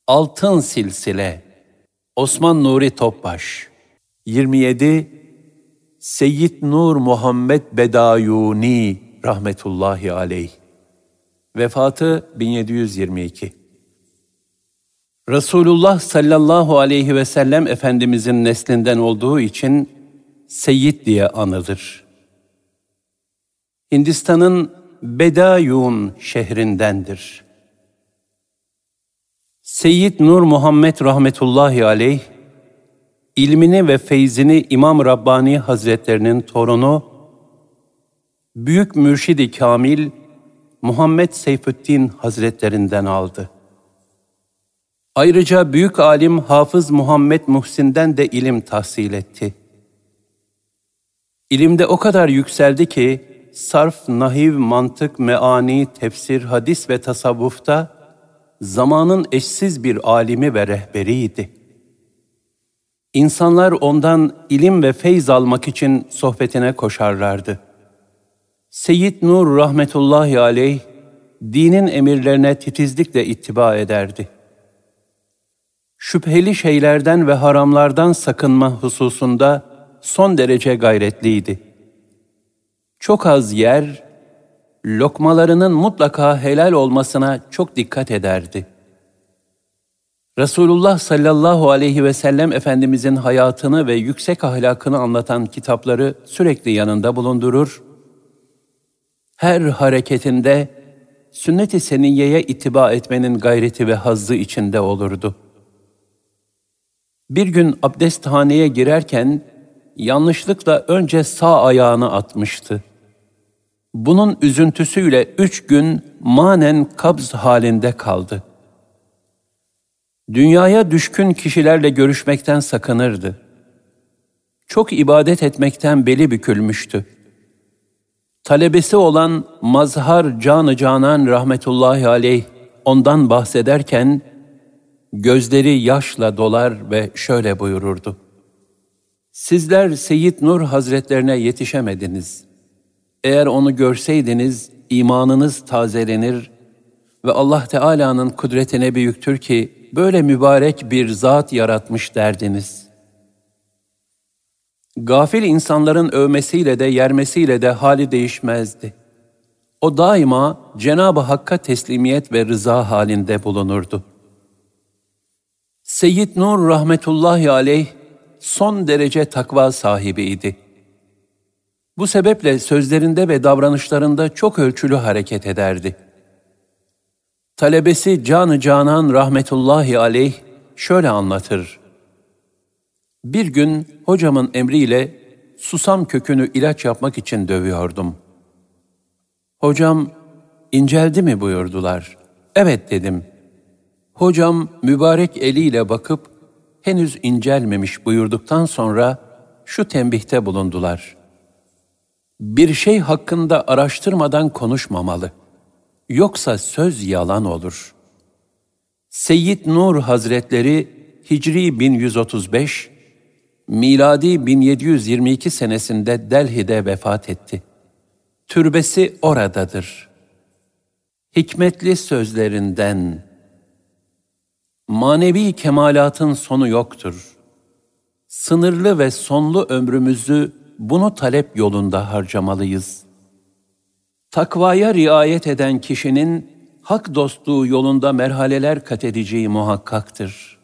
Altın Silsile Osman Nuri Topbaş 27 Seyyid Nur Muhammed Bedayuni rahmetullahi aleyh. Vefatı 1722. Resulullah sallallahu aleyhi ve sellem Efendimizin neslinden olduğu için Seyyid diye anılır. Hindistan'ın Bedayun şehrindendir. Seyyid Nur Muhammed rahmetullahi aleyh, ilmini ve feyzini İmam Rabbani Hazretlerinin torunu, Büyük Mürşid-i Kamil Muhammed Seyfüddin Hazretlerinden aldı. Ayrıca büyük alim Hafız Muhammed Muhsin'den de ilim tahsil etti. İlimde o kadar yükseldi ki, sarf, nahiv, mantık, meani, tefsir, hadis ve tasavvufta zamanın eşsiz bir alimi ve rehberiydi. İnsanlar ondan ilim ve feyz almak için sohbetine koşarlardı. Seyyid Nur rahmetullahi aleyh, dinin emirlerine titizlikle ittiba ederdi. Şüpheli şeylerden ve haramlardan sakınma hususunda son derece gayretliydi. Çok az yer, lokmalarının mutlaka helal olmasına çok dikkat ederdi. Resulullah sallallahu aleyhi ve sellem Efendimizin hayatını ve yüksek ahlakını anlatan kitapları sürekli yanında bulundurur, her hareketinde sünnet-i seniyyeye ittiba etmenin gayreti ve hazzı içinde olurdu. Bir gün abdesthaneye girerken yanlışlıkla önce sağ ayağını atmıştı. Bunun üzüntüsüyle 3 gün manen kabz halinde kaldı. Dünyaya düşkün kişilerle görüşmekten sakınırdı. Çok ibadet etmekten beli bükülmüştü. Talebesi olan Mazhar Can-ı Canan rahmetullahi aleyh ondan bahsederken gözleri yaşla dolar ve şöyle buyururdu: "Sizler Seyyid Nur Hazretlerine yetişemediniz. Eğer onu görseydiniz imanınız tazelenir ve Allah Teala'nın kudretine büyüktür ki böyle mübarek bir zat yaratmış derdiniz." Gafil insanların övmesiyle de yermesiyle de hali değişmezdi. O daima Cenab-ı Hakk'a teslimiyet ve rıza halinde bulunurdu. Seyyid Nur rahmetullahi aleyh son derece takva sahibiydi. Bu sebeple sözlerinde ve davranışlarında çok ölçülü hareket ederdi. Talebesi Can-ı Canan rahmetullahi aleyh şöyle anlatır: "Bir gün hocamın emriyle susam kökünü ilaç yapmak için dövüyordum. Hocam, inceldi mi buyurdular. Evet dedim. Hocam mübarek eliyle bakıp henüz incelmemiş buyurduktan sonra şu tembihte bulundular: bir şey hakkında araştırmadan konuşmamalı. Yoksa söz yalan olur. Seyyid Nur Hazretleri Hicri 1135, miladi 1722 senesinde Delhi'de vefat etti. Türbesi oradadır. Hikmetli sözlerinden: manevi kemalatın sonu yoktur. Sınırlı ve sonlu ömrümüzü bunu talep yolunda harcamalıyız. Takvaya riayet eden kişinin hak dostluğu yolunda merhaleler kat edeceği muhakkaktır.